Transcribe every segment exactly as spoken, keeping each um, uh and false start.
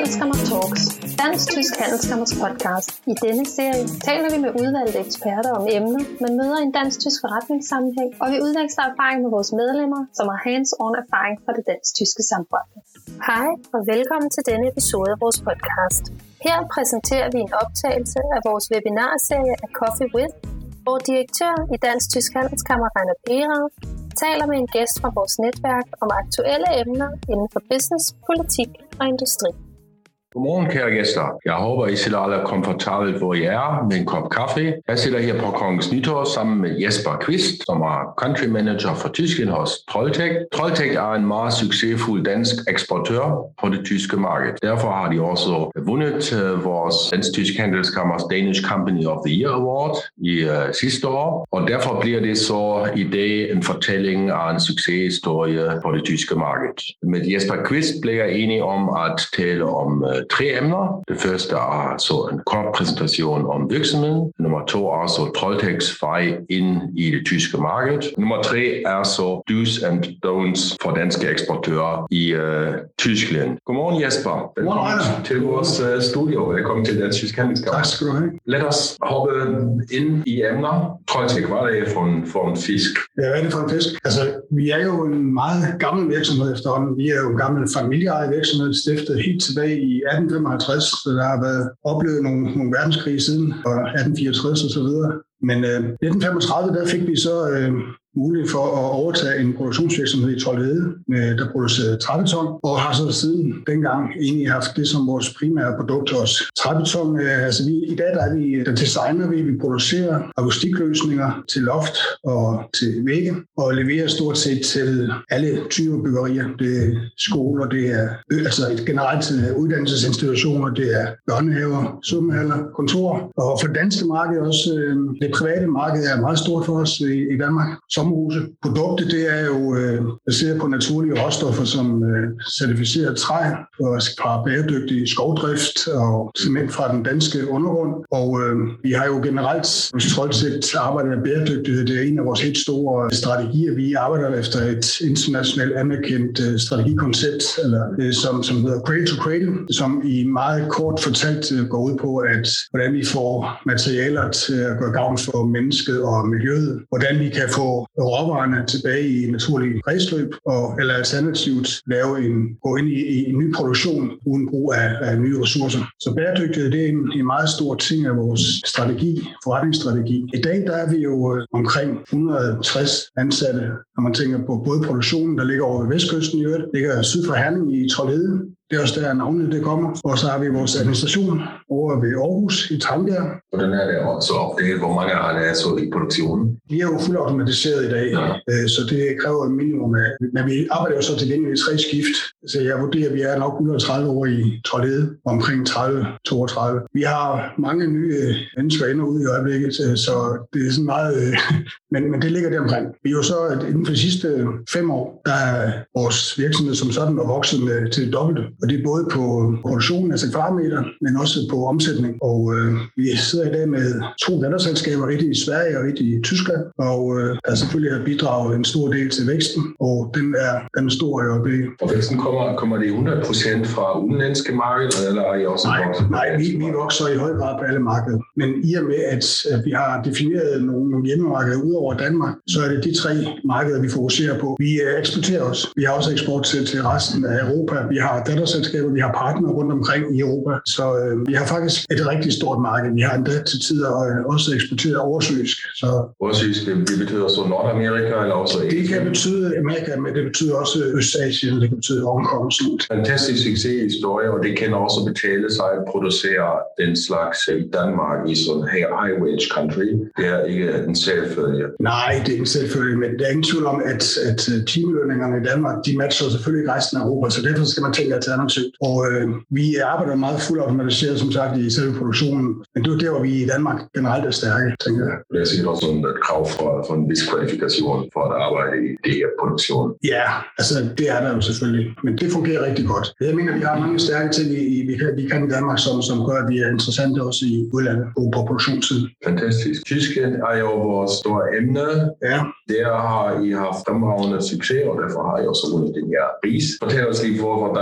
Handelskammer Talks, Dansk-Tysk Handelskammers podcast. I denne serie taler vi med udvalgte eksperter om emner, man møder i en dansk-tysk forretningssammenhæng, og vi udveksler erfaring med vores medlemmer, som har hands-on erfaring fra det dansk-tyske samfund. Hej og velkommen til denne episode af vores podcast. Her præsenterer vi en optagelse af vores webinarserie af Coffee With, hvor direktør i Dansk-Tysk Handelskammer Rainer Perav taler med en gæst fra vores netværk om aktuelle emner inden for business, politik og industri. Godmorgen, kære gæster. Jeg håber, I sidder alle komfortabelt, hvor I er, med en kop kaffe. Jeg sidder her på Kongens Nytorv sammen med Jesper Kvist, som er country manager for Tyskland hos Trolltech. Trolltech er en meget succesfuld dansk eksportør på det tyske marked. Derfor har de også vundet vores Dansk-Tysk Handelskammers Danish Company of the Year Award i uh, sidste år. Og derfor bliver det så i dag en fortælling af en succeshistorie på det tyske marked. Med Jesper Kvist bliver jeg enig om at tale om uh, tre emner. Det første er så en kort præsentation om virksomheden. Nummer to er så Trolltechs vej ind i det tyske marked. Nummer tre er så do's and don'ts for danske eksportører i uh, Tyskland. Godmorgen Jesper. Velkommen Godmorgen. til vores uh, studio. Velkommen til Dansk-Tysk Handelskammer. Tak skal du have. Lad os hoppe ind i emner. Trolltech, hvad er det for en, for en fisk? Ja, hvad er det for en fisk? Altså, vi er jo en meget gammel virksomhed efterhånden. Vi er jo en gammel familieejet virksomhed, stiftet helt tilbage i atten femoghalvtreds, så der har været oplevet nogle, nogle verdenskrige siden, og atten fireogtres og så videre. Men øh, nitten femogtredive, der fik vi så øh, mulighed for at overtage en produktionsvirksomhed i Trollhede, der producerede træbeton, og har så siden dengang egentlig haft det som vores primære produkt også. Træbeton, øh, altså vi, i dag der er vi, der designer vi, vi producerer akustikløsninger til loft og til vægge, og leverer stort set til alle typer byggerier. Det er skoler, det er altså et generelt uddannelsesinstitutioner, det er børnehaver, svømmehaller, kontorer, og for det danske marked også, øh, det private marked er meget stort for os i, i Danmark. Sommerhuse. Produktet det er jo øh, baseret på naturlige råstoffer som øh, certificeret træ fra bæredygtig skovdrift og cement fra den danske undergrund. Og øh, vi har jo generelt hos Trolltech arbejdet med bæredygtighed. Det er en af vores helt store strategier. Vi arbejder efter et internationalt anerkendt øh, strategikoncept, eller, øh, som, som hedder Cradle to Cradle, som i meget kort fortalt øh, går ud på, at hvordan vi får materialer til at gøre gavn for mennesket og miljøet, hvordan vi kan få råvarerne tilbage i naturlig kredsløb, og eller alternativt lave en, gå ind i, i en ny produktion uden brug af, af nye ressourcer. Så bæredygtighed det er en, en meget stor ting af vores strategi, forretningsstrategi. I dag der er vi jo omkring et hundrede og tres ansatte, når man tænker på både produktionen, der ligger over ved vestkysten i øvrigt, ligger syd for Herning i Trollhede. Det er også der navnet det kommer. Og så har vi vores administration over ved Aarhus i Tranbjerg. Hvordan er det også opdelt? Hvor mange er der så i produktionen? Vi er jo fuldt automatiseret i dag, ja. Så det kræver et minimum af. Men vi arbejder jo så til gengæld i tre skift. Så jeg vurderer, at vi er nok et hundrede og tredive år i Trollhede, omkring tredive til toogtredive. Vi har mange nye mennesker ind og ud i øjeblikket, så det er sådan meget. Men, men det ligger der omkring. Vi er jo så inden for de sidste fem år, der er vores virksomhed som sådan er vokset med, til det dobbelte. Og det er både på produktionen, altså kvadratmeter, men også på omsætning. Og øh, vi sidder i dag med to datterselskaber, et i Sverige og et i Tyskland. Og øh, der selvfølgelig har bidraget en stor del til væksten, og den er, den er stor i øjeblikket. Og væksten kommer, kommer det hundrede procent fra udenlandske markeder, eller er I også nej, vokset? Nej, vi, vi vokser i høj grad på alle markeder. Men i og med, at, at vi har defineret nogle, nogle hjemmemarkeder ud over Danmark, så er det de tre markeder, vi fokuserer på. Vi øh, eksporterer os. Vi har også eksport til, til resten af Europa. Vi har datterselskaber, vi har partnere rundt omkring i Europa. Så øh, vi har faktisk et rigtig stort marked. Vi har endda til tider øh, også eksporteret oversøisk. Så oversøisk, det, det betyder så Nordamerika eller også det kan betyde Amerika, men det betyder også Østasien, det kan betyde Hongkong. Fantastisk succeshistorie, og det kan også betale sig at producere den slags i Danmark i sådan her high wage country. Det er ikke en selvfølge. Nej, det er ikke en selvfølge, men der er ingen tvivl om, at, at timelønningerne i Danmark, de matcher selvfølgelig ikke resten af Europa, så derfor skal man tænke alternativt. Og øh, vi arbejder meget fuldt automatiseret, som sagt, i selve produktionen, men det er der, hvor vi i Danmark generelt er stærke, tænker jeg. Det er sikkert også et krav for, for en vis kvalifikation for at arbejde i det her produktion. Ja, altså det er der jo selvfølgelig, men det fungerer rigtig godt. Jeg mener, vi har mange stærke ting, i, vi, kan, vi kan i Danmark, som, som gør, at vi er interessante også i udlandet på, på produktionssiden. Fantastisk. Tyskland er jo vores store emne. Ja. Der har I haft fremragende succes, og derfor har I også vundet den her pris. Fortæl os lige for, hvordan I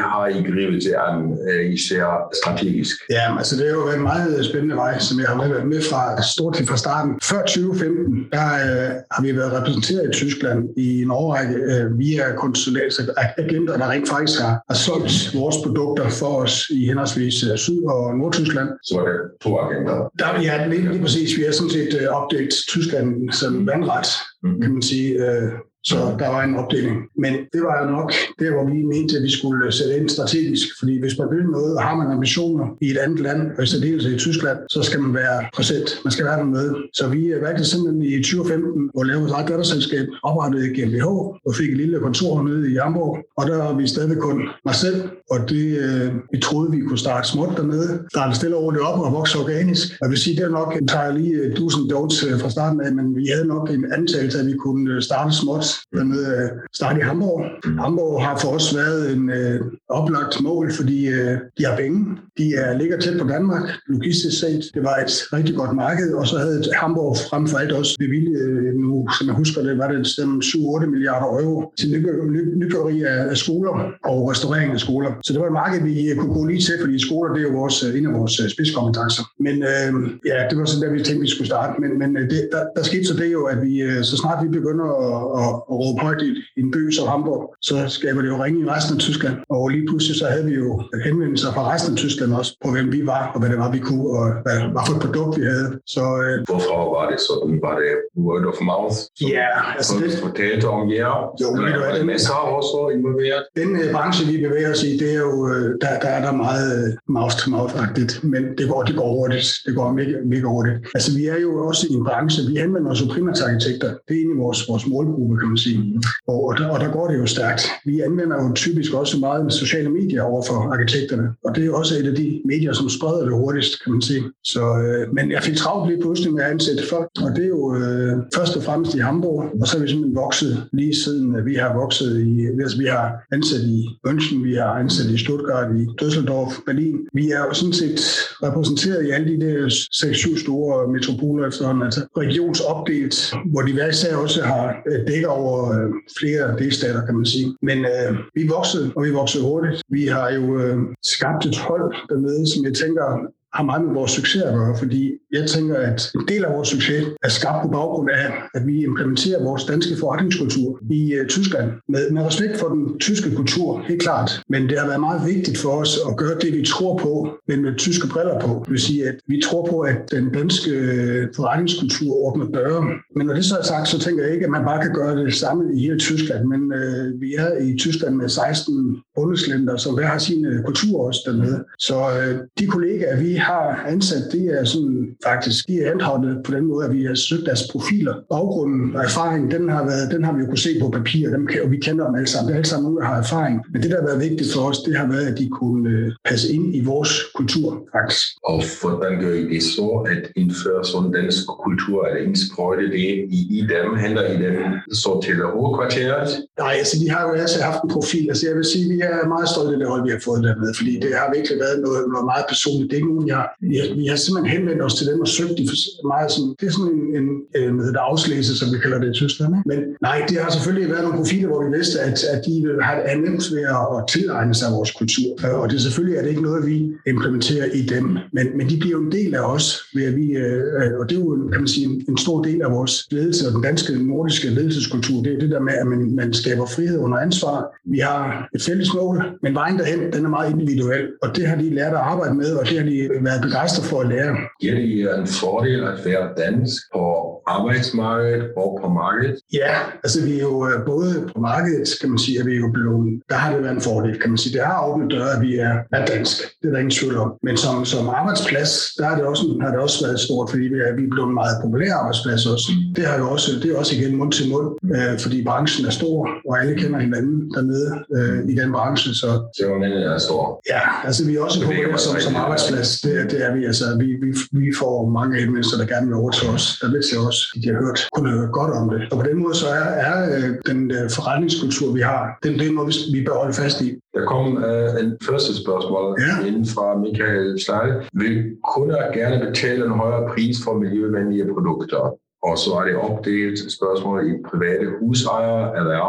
har I grebet til an, især strategisk? Ja, altså det er jo en meget spændende vej, som jeg har været med fra stort til fra starten. Før tyve femten, der øh, har vi været repræsenteret i Tyskland i en årrække øh, via konsulagenter, der rent faktisk har, har solgt vores produkter for os i henholdsvis Syd- og Nordtyskland. Så var det to agenter? Der er vi ja, lige, lige præcis. Vi har sådan set øh, opdelt Tyskland som vandret, mm-hmm. kan man sige. Øh, Så der var en opdeling. Men det var jo nok der, hvor vi mente, at vi skulle sætte ind strategisk. Fordi hvis man vil noget, og har man ambitioner i et andet land, og i særdeleshed i Tyskland, så skal man være præsent. Man skal være der med. Så vi valgte simpelthen i tyve femten at lave vores eget datterselskab, oprettede G M B H og fik et lille kontor nede i Hamburg. Og der var vi stadig kun mig selv, og det, vi troede, vi kunne starte småt dernede. Starte stille over det op og vokse organisk. Og jeg vil sige, det er nok, en tager lige tusind dots fra starten af, men vi havde nok en antagelse, at vi kunne starte småt dernede, starte i Hamburg. Hamburg har for os været en øh, oplagt mål, fordi øh, de har penge. De er, ligger tæt på Danmark, logistisk set. Det var et rigtig godt marked, og så havde Hamburg frem for alt også bevilget, øh, nu som jeg husker det, var det syv otte milliarder euro til nybyggeri af, af skoler og restaurering af skoler. Så det var et marked, vi kunne gå lige til, fordi skoler, det er jo vores, en af vores spidskompetencer. Men øh, ja, det var sådan der, vi tænkte, vi skulle starte. Men, men det, der, der skete så det jo, at vi, så snart vi begynder at, at, at råbe højt i en by som Hamburg, så skaber det jo ringe i resten af Tyskland. Og lige pludselig så havde vi jo henvendelser fra resten af Tyskland også, på hvem vi var, og hvad det var, vi kunne, og hvad, hvad for et produkt vi havde. Så, øh, Hvorfor var det sådan? Var det word of mouth? Ja, altså det fortalte om jer? Jo, men det var det masser også involveret? Den øh, branche, vi bevæger os i, det er jo, øh, der, der er der meget øh, mouth-to-mouth-agtigt, men det går, det går hurtigt. Det går mega, mega hurtigt. Altså vi er jo også i en branche, vi henvender os jo primært til arkitekter. Det er egentlig vores, vores målgruppe, kan man sige. Og, og, der, og der går det jo stærkt. Vi anvender jo typisk også meget med sociale medier over for arkitekterne, og det er jo også et af de medier, som spreder det hurtigst, kan man sige. Så, øh, men jeg fik travlt lige pludselig med at ansætte folk, og det er jo øh, først og fremmest i Hamburg, og så har vi simpelthen vokset lige siden vi har vokset i, altså vi har ansat i München, vi har ansat i Stuttgart, i Düsseldorf, Berlin. Vi er jo sådan set repræsenteret i alle de der seks syv store metropoler efterhånden, altså regionsopdelt, hvor de hver især også har dækker over øh, flere delstater, kan man sige. Men øh, vi voksede, og vi voksede hurtigt. Vi har jo øh, skabt et hold dernede, som jeg tænker har meget med vores succes at gøre, fordi jeg tænker, at en del af vores succes er skabt på baggrund af, at vi implementerer vores danske forretningskultur i uh, Tyskland. Med, med respekt for den tyske kultur, helt klart. Men det har været meget vigtigt for os at gøre det, vi tror på, men med tyske briller på. Det vil sige, at vi tror på, at den danske forretningskultur åbner døre. Men når det så er sagt, så tænker jeg ikke, at man bare kan gøre det samme i hele Tyskland. Men uh, vi er i Tyskland med seksten bundeslænder, som hver har sin uh, kultur også dernede. Så uh, de kollegaer, vi har ansat, det er sådan faktisk, de er anholdet på den måde, at vi har søgt deres profiler. Baggrunden og erfaring, den har, været, den har vi jo kunne se på papir, dem kan, og vi kender dem alle sammen. Det er alle sammen nogen, der har erfaring. Men det, der har været vigtigt for os, det har været, at de kunne øh, passe ind i vores kultur, faktisk. Og hvordan gør I det så, at indføre sådan dansk kultur, eller indsprøjte det i, i dem, henter I dem så til hovedkvarteret? Nej, altså de har jo også haft en profil. Altså jeg vil sige, vi er meget stolte af det hold, vi har fået dernede, fordi det har virkelig været noget, noget meget personligt. Det er ikke nogen, jeg har, vi, har, vi har simpelthen henvendt os til dem og søgt de meget sådan, det er sådan en, en, en der afslæse, som vi kalder det i Tyskland. Men nej, det har selvfølgelig været nogle profiler, hvor vi vidste, at, at de har nemt ved at, at tilegne sig vores kultur. Og det selvfølgelig er det ikke noget, vi implementerer i dem, men, men de bliver jo en del af os, ved at vi, og det er jo, kan man sige, en stor del af vores ledelse og den danske nordiske ledelseskultur. Det er det der med, at man, man skaber frihed under ansvar. Vi har et fælles mål, men vejen derhen, den er meget individuel, og det har de lært at arbejde med, og det har de været begejstret for at lære. Giver det en fordel at være dansk på arbejdsmarkedet og på markedet? Ja, altså vi er jo både på markedet, kan man sige, at vi er jo blevet, der har det været en fordel, kan man sige. Det har åbnet døre, at vi er, er dansk. Det er der ingen tvivl om. Men som, som arbejdsplads, der har det, også, har det også været stort, fordi vi er, vi er blevet en meget populær arbejdsplads også. Det, har jo også, det er også igen mund til mund, øh, fordi branchen er stor, og alle kender hinanden dernede øh, i den branche. Så det er stor. Ja, altså vi er også populære som, som arbejdsplads. Det, det er vi, altså vi, vi, vi får mange henvendelser, der gerne vil over til os. Der vil til os, de har hørt, kun har hørt godt om det. Og på den måde så er, er den forretningskultur, vi har, den, det er noget, vi bør holde fast i. Der kom uh, en første spørgsmål ja. inden fra Michael Steil. Vil kunder gerne betale en højere pris for miljøvenlige produkter? Og så er det opdelt spørgsmål i private husejere, erhverv,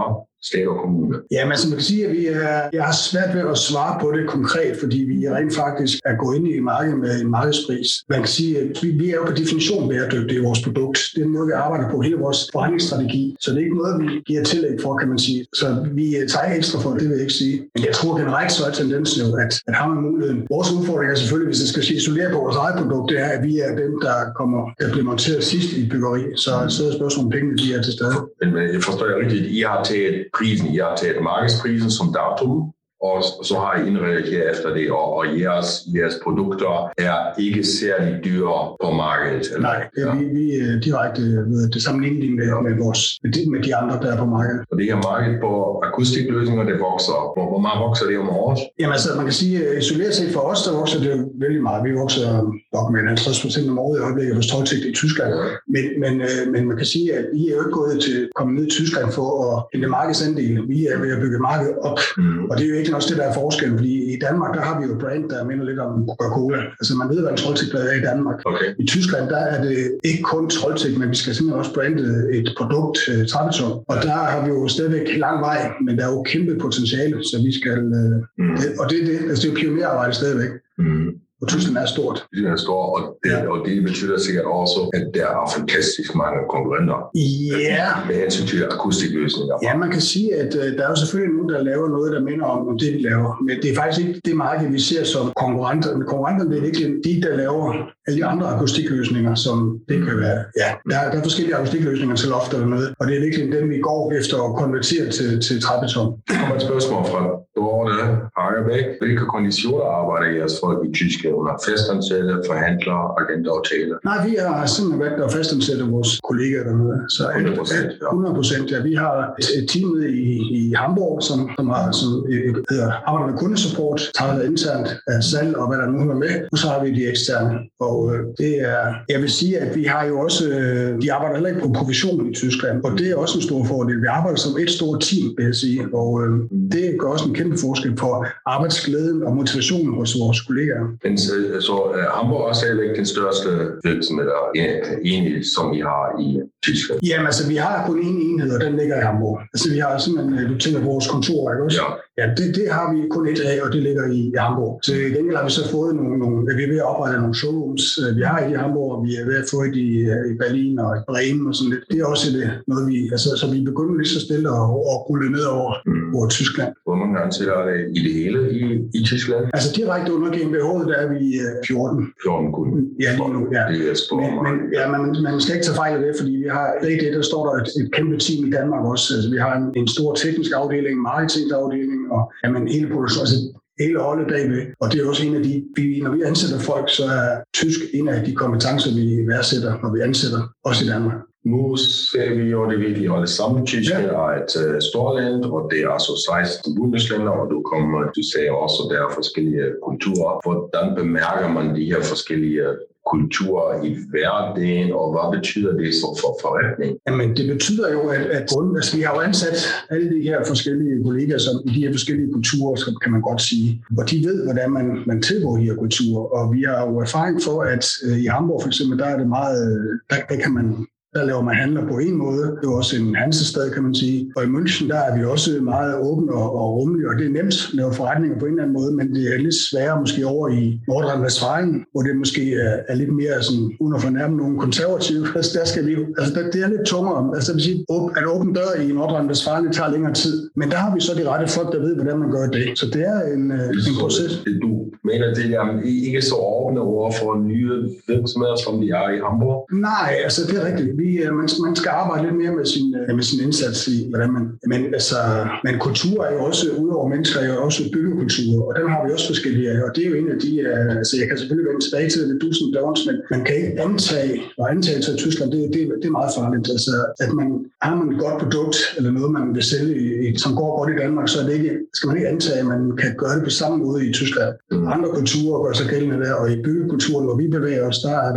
stat og kommune? Ja, men som man kan sige, at vi er, jeg har svært ved at svare på det konkret, fordi vi rent faktisk er gået ind i markedet med en markedspris. Man kan sige, at vi, vi er jo på definition bæredygtige i vores produkt. Det er noget, vi arbejder på hele vores forretningsstrategi, så det er ikke noget, vi giver tillæg for, kan man sige. Så vi tager ikke ekstra for det, vil jeg ikke sige. Men jeg tror generelt, så er tendensen jo, at, at har man muligheden. Vores udfordring er selvfølgelig, hvis jeg skal isolere på vores eget produkt, det er, at vi er dem, der kommer, der bliver monteret sidst i byggeri. Så så er spørgsmålet om pengene, de er til stede. Men, men jeg forstår jeg rigtigt, I har taget prisen, I har taget markedsprisen som datum, og så har I indreageret efter det, og, og jeres, jeres produkter er ikke særlig dyre på markedet. Eller? Nej, det er, ja. vi, vi er direkte ved det sammenligning med, med, vores, med, de, med de andre, der er på markedet. Og det her marked på akustikløsninger, det vokser. Hvor, hvor meget vokser det om året? Jamen altså, man kan sige, isoleret set for os, der vokser det jo vældig meget. Vi vokser nok med halvtreds procent om året i øjeblikket hos Troldtekt i Tyskland. Ja. Men, men, men man kan sige, at vi er jo ikke gået til at komme ned i Tyskland for at hente markedsandele. Vi er ved at bygge markedet op, mm. og det er jo ikke også det, der er forskellen, fordi i Danmark, der har vi jo brand, der minder lidt om Coca-Cola. Altså man ved, hvad en Troldtekt-plade er i Danmark. Okay. I Tyskland, der er det ikke kun Troldtekt, men vi skal simpelthen også brande et produkt, Trapeton. Og der har vi jo stadigvæk lang vej, men der er jo kæmpe potentiale, så vi skal... Mm. Det, og det er det, altså det er jo pionerarbejde stadigvæk. Mm. Og Tyskland er stort. Det er stort, og det, ja. og det betyder sikkert også, at der er fantastisk mange konkurrenter. Ja. Med hensyn til akustikløsninger. Ja, man kan sige, at uh, der er jo selvfølgelig nogen, der laver noget, der minder om, om det, vi laver. Men det er faktisk ikke det marked, vi ser som konkurrenter. Men konkurrenterne, det er ikke de, der laver alle de andre akustikløsninger, som det kan være. Ja, der, der er forskellige akustikløsninger til loft eller noget, og det er virkelig dem, vi går efter at konvertere til, til Trapeton. Der kommer et spørgsmål fra Dorte Hagerbæk. Hvilke konditioner arbejder jeres folk i Tyskland under? Fastansatte, forhandlere, agenter og taler? Nej, vi har simpelthen været der fastansætte vores kollegaer dernede. Så hundrede procent, ja. hundrede procent, ja. Vi har et team i, i Hamburg, som, som, har, som hedder, arbejder med kundesupport, tager det internt af salg og hvad der nu er med. Og så har vi de eksterne. Og øh, det er, jeg vil sige, at vi har jo også, øh, de arbejder heller ikke på provision i Tyskland, og det er også en stor fordel. Vi arbejder som et stort team, vil jeg sige, og øh, det gør også en kæmpe forskel for arbejdsglæden og motivationen hos vores kollegaer. Men så, så uh, Hamburg er stadigvæk den største virksomhed, enhed, som vi har i Tyskland? Jamen altså, vi har kun én enhed, og den ligger i Hamburg. Altså, vi har simpelthen, du tænker på vores kontor, ikke også? Ja. Ja, det, det har vi kun et af, og det ligger i, i Hamburg. Så i gengæld har vi så fået nogle, nogle, vi er ved at oprette nogle showrooms. Vi har et i Hamburg, og vi er ved at få et i, i Berlin og i Bremen og sådan lidt. Det er også det, noget, vi, altså, så vi begynder lige så stille at, at rulle ned over, mm. over Tyskland. Hvor mange ansætter er det i det hele i, i Tyskland? Altså direkte under G M B H, der er vi fjorten. fjorten kun? Ja, lige nu, ja. Det er men, men ja, man, man skal ikke tage fejl af det, fordi vi har, i det, der står der et, et kæmpe team i Danmark også. Altså, vi har en, en stor teknisk afdeling, en marketingafdeling, og jamen, hele produktionen, altså hele holdet bagved. Og det er også en af de, vi, når vi ansætter folk, så er tysk en af de kompetencer, vi værdsætter, når vi ansætter, også i Danmark. Nu ser vi jo det virkelig alle sammen. Tyskland ja. er et uh, stort land, og det er altså seksten bundeslænder, og du kommer, du sagde også, at der er forskellige kulturer. Hvordan bemærker man de her forskellige kulturer i hverdagen, og hvad betyder det så for forretning? Jamen, det betyder jo, at, at altså, vi har jo ansat alle de her forskellige kollegaer, som i de her forskellige kulturer, kan man godt sige. Og de ved, hvordan man, man tilgår de her kulturer. Og vi har jo erfaring for, at øh, i Hamburg for eksempel, der er det meget, der, der kan man Der laver man handler på en måde. Det er også en hansestad, kan man sige. Og i München, der er vi også meget åbne og, og rummelige, og det er nemt at lave forretninger på en eller anden måde, men det er lidt sværere måske over i Nordrhein-Westfalen, hvor det måske er, er lidt mere sådan, uden at fornærme nogen konservative. Altså, der skal vi, altså, der, det er lidt tungere. Altså, det vil sige, at åbne dør i Nordrhein-Westfalen, det tager længere tid. Men der har vi så de rette folk, der ved, hvordan man gør det. Så det er en, det en proces. Det, du mener, det er ikke så åbne over for nye virksomheder, som de er i Hamburg? Nej, altså det er rigtigt. Vi, man, man skal arbejde lidt mere med sin, med sin indsats i, hvordan man... Men, altså, men kultur er jo også, udover mennesker, er jo også byggekultur, og den har vi også forskellige af, og det er jo en af de... Altså, jeg kan selvfølgelig vende tilbage til det tusind downs, men man kan ikke antage, og antage til Tyskland, det, det, det er meget farligt. Altså, at man har man et godt produkt, eller noget, man vil sælge, i, som går godt i Danmark, så er det ikke, skal man ikke antage, at man kan gøre det på samme måde i Tyskland. Andre kulturer gør sig gældende der, og i byggekulturen, hvor vi bevæger os, der er der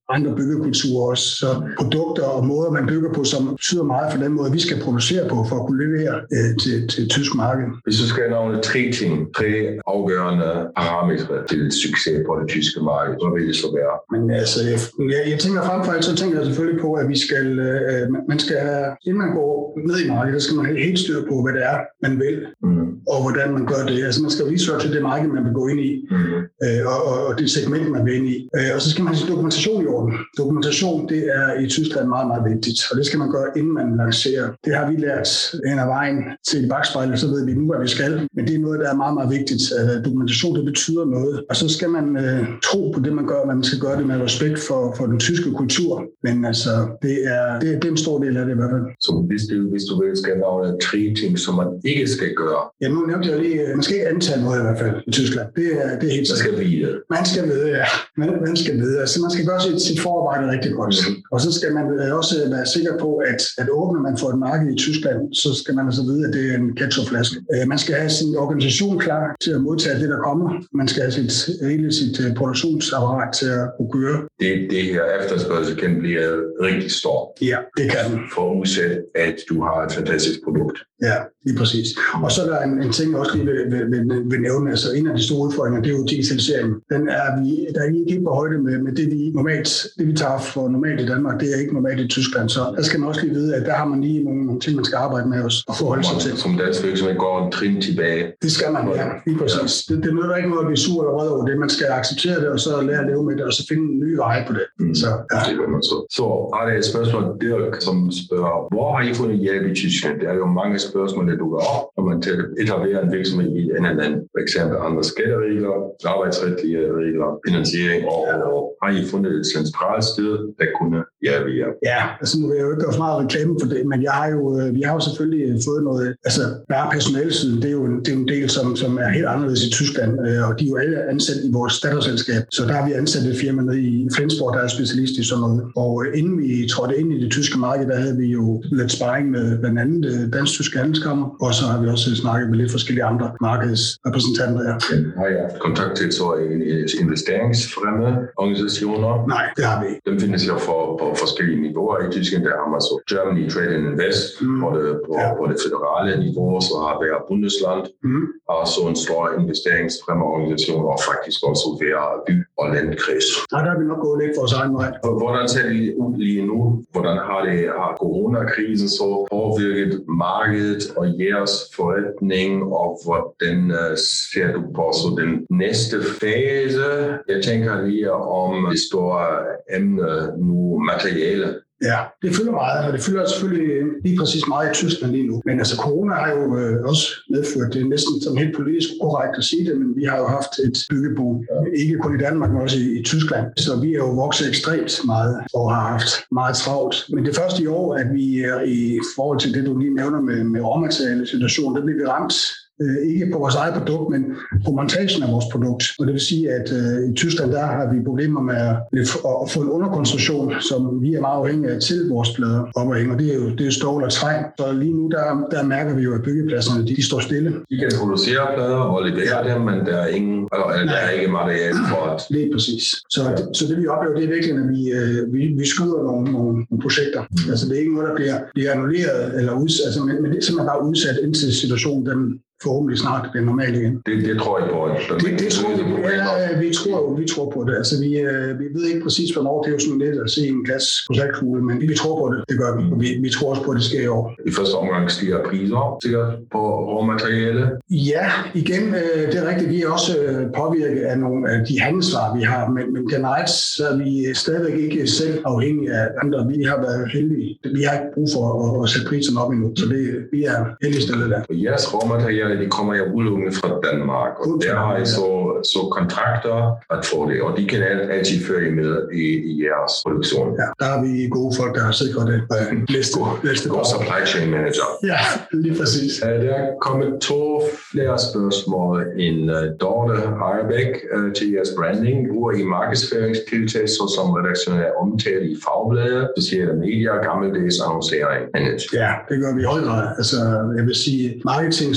andre byggekulturer også. Så produkter og måder, man bygger på, som betyder meget for den måde, vi skal producere på, for at kunne levere øh, til, til et tysk marked. Hvis du skal nævne tre ting, tre afgørende parametre til succes på det tyske marked, så vil det så være? Men altså, jeg, jeg, jeg tænker frem for alt, så tænker jeg selvfølgelig på, at vi skal, øh, man skal have, inden man går ned i markedet, så skal man have helt styr på, hvad det er, man vil, mm. og hvordan man gør det. Altså, man skal researche det marked, man vil gå ind i, mm. øh, og, og, og det segment, man vil ind i. Øh, og så skal man have dokumentation i orden. Dokumentation, det er i Tyskland meget, meget vigtigt, og det skal man gøre, inden man lancerer. Det har vi lært hen ad vejen til i bagspejlet, så ved vi nu, hvad vi skal. Men det er noget, der er meget, meget vigtigt. At dokumentation, det betyder noget. Og så skal man øh, tro på det, man gør, men man skal gøre det med respekt for, for den tyske kultur. Men altså, det er, det, det er en stor del af det i hvert fald. Så hvis du, hvis du vil, skal nævne tre ting, som man ikke skal gøre? Ja, nu nævnte jeg lige, man skal ikke antage noget i hvert fald i Tyskland. Det er, det er helt sikkert. Man skal vide. Man skal vide, ja. Man, man skal vide. Altså, man skal gøre sit, sit forarbejde rigtig godt. Mm. Og så skal man også være sikker på, at, at åbner man for et marked i Tyskland, så skal man altså vide, at det er en ketchupflaske. Man skal have sin organisation klar til at modtage det, der kommer. Man skal have sit, hele sit produktionsapparat til at kunne køre. Det, det her efterspørgsel kan blive rigtig stor. Ja, det kan den. Forudsat, at du har et fantastisk produkt. Ja, lige præcis. Og så er der en, en ting, også lige vil, vil, vil, vil nævne. Altså, en af de store udfordringer, det er jo digitalisering. Den er vi, der er ikke på højde med, med det, vi normalt, det, vi tager for normalt i Danmark. Det er ikke normalt i Tyskland. Så der skal man også lige vide, at der har man lige nogle, nogle ting, man skal arbejde med os og forholde sig til. Som dansk virksomhed går en trin tilbage. Det skal man, ja. Lige præcis. Ja. Det, det nytter ikke noget at blive sur eller rød over det. Man skal acceptere det, og så lære at leve med det, og så finde en ny vej på det. Mm. Så, ja. Det er man så. Så er det et spørgsmål, Dirk, som spørger, hvor har I fundet hjælp i Tyskland? Der er jo mange spørgsmål, der dukker op, når man til at etablere en virksomhed i et andet land. For eksempel andre skatteregler, arbejdsretlige regler, finansiering, og, ja. og har I fundet et centralt sted, der kunne hjælpe jer? Ja, altså nu vil jeg jo ikke gøre for meget reklame for det, men jeg har jo, vi har jo selvfølgelig fået noget, altså bare personalesiden, det er jo en, det er en del, som, som er helt anderledes i Tyskland, og de er jo alle ansat i vores datterselskab, så der har vi ansat et firma nede i Flensborg, der er specialist i sådan noget. Og inden vi trådte ind i det tyske marked, der havde vi jo lidt sparring med blandt andet Dansk-Tyske Handelskammer, og så har vi også snakket med lidt forskellige andre markedsrepræsentanter. Ja. Har I haft kontakt til så investeringsfremme organisationer? Nej, det har vi ikke. Dem findes jo for, på forskellige niveauer i Tyskland. Der har man så Germany Trade and Invest mm. på, det, på, ja. på det federale niveau, så har hver bundesland mm. har så en stor investeringsfremme organisation, og faktisk også hver by og landkreds. Nej, der har vi nok gået lidt for os egen vej. Hvordan ser det ud lige nu? Hvordan har det har coronakrisen så påvirket markedet og jeres forretning, og hvordan uh, ser du på så den næste fase? Jeg tænker lige om det store emne nu, materiale. Ja, det fylder meget, og det fylder selvfølgelig lige præcis meget i Tyskland lige nu. Men altså, corona har jo øh, også medført, det er næsten som helt politisk korrekt at sige det, men vi har jo haft et byggeboom, ikke kun i Danmark, men også i, i Tyskland. Så vi er jo vokset ekstremt meget og har haft meget travlt. Men det første i år, at vi er i forhold til det, du lige nævner med, med råmateriale situationen, der bliver vi ramt. Ikke på vores eget produkt, men på montagen af vores produkt. Og det vil sige, at øh, i Tyskland, der har vi problemer med at, at få en underkonstruktion, som vi er meget afhængige af til vores plader ophænge. Og det er jo det er stål og træ. Så lige nu, der, der mærker vi jo, at byggepladserne, de, de står stille. Vi kan producere plader og levere ja. dem, men der er, ingen, eller, der er ikke materiale for at... Lige præcis. Så, ja. det, så det vi oplever, det er virkelig, at vi, øh, vi, vi skyder nogle, nogle, nogle projekter. Mm. Altså det er ikke noget, der bliver, bliver annulleret, eller udsat, altså, men, men det er simpelthen bare udsat indtil situationen, den forhåbentlig snart bliver normalt igen. Det, det tror jeg på. Det, det, det tror vi på. Ja, vi tror, vi tror på det. Altså, vi, vi ved ikke præcis, hvornår det er jo sådan lidt at se en glas krystalkugle, men vi tror på det. Det gør vi. Og vi, vi tror også på, at det sker i år. I første omgang stiger priser sikkert på råmateriale? Ja, igen, det er rigtigt. Vi er også påvirket af nogle af de handelsvarer, vi har, men, men generelt så er vi stadigvæk ikke selv afhængige af andre. Vi har været heldige. Vi har ikke brug for at, at sætte priserne op endnu, så det, vi er heldige stillet der. Og jeres råmateriale, de kommer jo udelukkende fra Danmark, og der har I så, så kontrakter at få det, og de kan altid følge med i, i jeres produktion. Ja, der har vi gode folk, der har sikret det. Næste, næste God supply chain manager. Ja, lige præcis. Der er kommet to flere spørgsmål. En uh, Dorte Eierbæk uh, til jeres branding. Bruger I markedsføringstiltag, såsom redaktionel omtale i fagblade, sociale medier, gammeldags annoncering? Ja, det gør vi i høj grad. Altså, jeg vil sige, marketingsafdelingen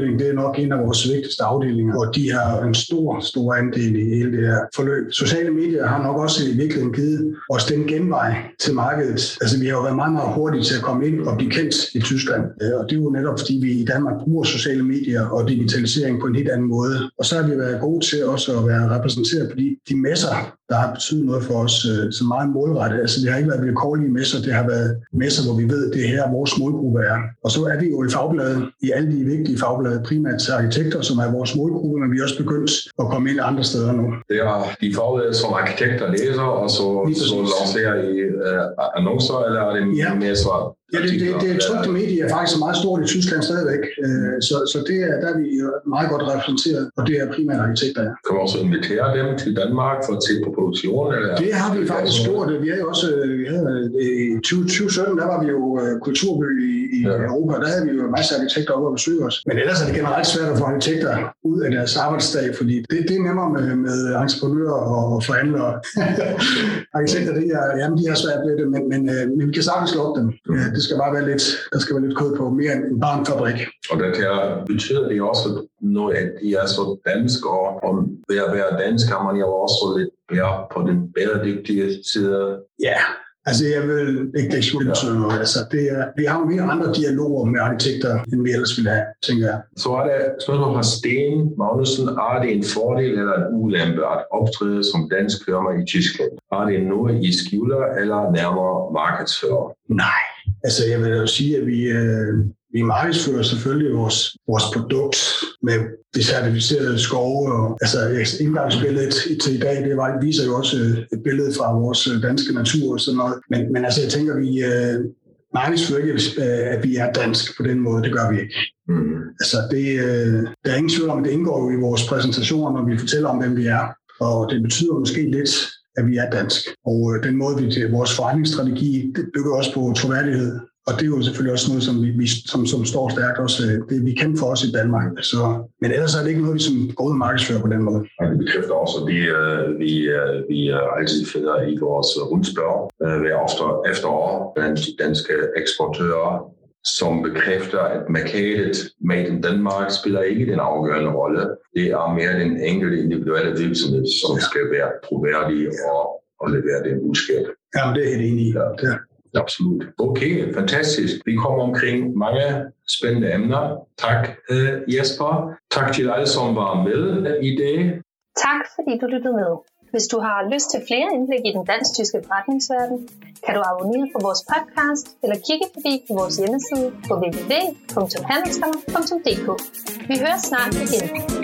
afdeling, det er nok en af vores vigtigste afdelinger, og de har en stor, stor andel i hele det her forløb. Sociale medier har nok også i virkeligheden givet os den genvej til markedet. Altså, vi har jo været meget, meget hurtige til at komme ind og blive kendt i Tyskland, og det er jo netop, fordi vi i Danmark bruger sociale medier og digitalisering på en helt anden måde. Og så har vi været gode til også at være repræsenteret på de, de messer, der har betydet noget for os så meget målrettet. Altså, det har ikke været vilkårlige messer, det har været messer, hvor vi ved, at det her vores målgruppe er. Og så er vi jo i fagbladet, i alle de vigtige fagblade, primært til arkitekter, som er vores målgruppe, men vi er også begyndt at komme ind andre steder nu. Det er de fagblade, som arkitekter læser, og så, så lancerer I uh, annoncer, eller er det ja. mere så? Ja, det, det, det trykte medie er faktisk meget stort i Tyskland stadigvæk, så, så det er, der er vi meget godt repræsenteret, og det er primært arkitekter. Ja. Kan man også invitere dem til Danmark for at se på produktion? Eller? Det har vi faktisk gjort. Vi er jo også, vi havde, i tyve sytten, der var vi jo kulturby i, i ja. Europa, der havde vi jo en masse arkitekter over at besøge os. Men ellers er det generelt svært at få arkitekter ud af deres arbejdsdag, fordi det, det er nemmere med, med entreprenører og forhandlere. Arkitekter, de, er, jamen, de har svært ved det, men, men, men vi kan sagtens lukke dem. Ja, det skal bare være lidt, der skal være lidt kød på, mere end en barnfabrik. Og det her betyder det også noget, at I er så dansk, og om ved at være dansk har man jo også lidt mere på den bæredygtige side. Ja, altså jeg vil ikke det skulle betyde noget. Altså, det er, vi har jo mere andre dialoger med arkitekter, end vi ellers ville have, tænker jeg. Så er det spørgsmål fra Sten Magnussen. Er det en fordel eller en ulempe at optræde som dansk firma i Tyskland? Er det noget, I skjuler eller nærmere markedsfører? Nej. Altså, jeg vil jo sige, at vi, øh, vi markedsfører selvfølgelig vores, vores produkt med de certificerede skove. Og, altså, indgangsbilledet til i dag, det var, viser jo også et billede fra vores danske natur og sådan noget. Men, men altså, jeg tænker, vi øh, markedsfører ikke, at vi er dansk på den måde. Det gør vi ikke. Mm. Altså, det, øh, der er ingen tvivl om, at det indgår jo i vores præsentationer, når vi fortæller om, hvem vi er. Og det betyder måske lidt, at vi er dansk. Og øh, den måde, vi til vores forretningsstrategi, det bygger også på troværdighed. Og det er jo selvfølgelig også noget, som, vi, vi, som, som står stærkt også. Det vi kan for os i Danmark. Så, men ellers er det ikke noget, vi som går ud og markedsfører på den måde. Og det bekræfter også, at vi, vi, vi altid finder i vores rundspørg hver efterår blandt de danske eksportører, som bekræfter, at markedet Made in Denmark spiller ikke den afgørende rolle. Det er mere den enkelte individuelle virksomhed, som skal være troværdig og, og levere det budskab. Ja, men det er helt enig i. Ja. Ja. Absolut. Okay, fantastisk. Vi kommer omkring mange spændende emner. Tak, Jesper. Tak til alle, som var med i dag. Tak, fordi du lyttede med. Hvis du har lyst til flere indblik i den dansk-tyske forretningsverden, kan du abonnere på vores podcast eller kigge forbi på vores hjemmeside på w w w punktum handelskammer punktum d k. Vi høres snart igen.